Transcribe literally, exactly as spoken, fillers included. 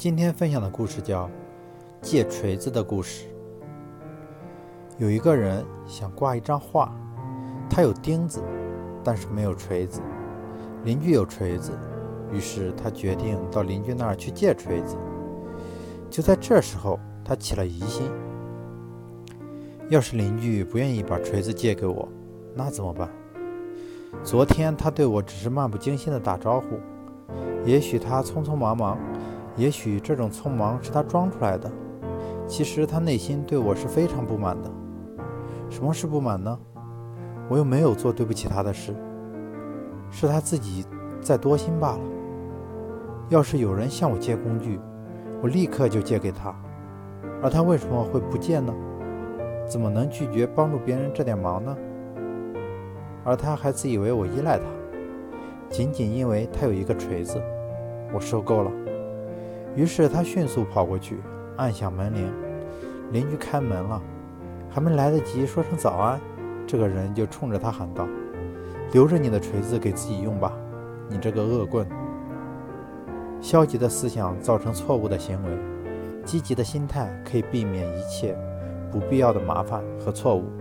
今天分享的故事叫借锤子的故事。有一个人想挂一张画，他有钉子，但是没有锤子。邻居有锤子，于是他决定到邻居那儿去借锤子。就在这时候，他起了疑心，要是邻居不愿意把锤子借给我，那怎么办？昨天他对我只是漫不经心的打招呼，也许他匆匆忙忙，也许这种匆忙是他装出来的，其实他内心对我是非常不满的。什么是不满呢？我又没有做对不起他的事，是他自己在多心罢了。要是有人向我借工具，我立刻就借给他，而他为什么会不借呢？怎么能拒绝帮助别人这点忙呢？而他还自以为我依赖他，仅仅因为他有一个锤子，我受够了。于是他迅速跑过去，按响门铃。邻居开门了，还没来得及说声早安，这个人就冲着他喊道：留着你的锤子给自己用吧，你这个恶棍。消极的思想造成错误的行为，积极的心态可以避免一切不必要的麻烦和错误。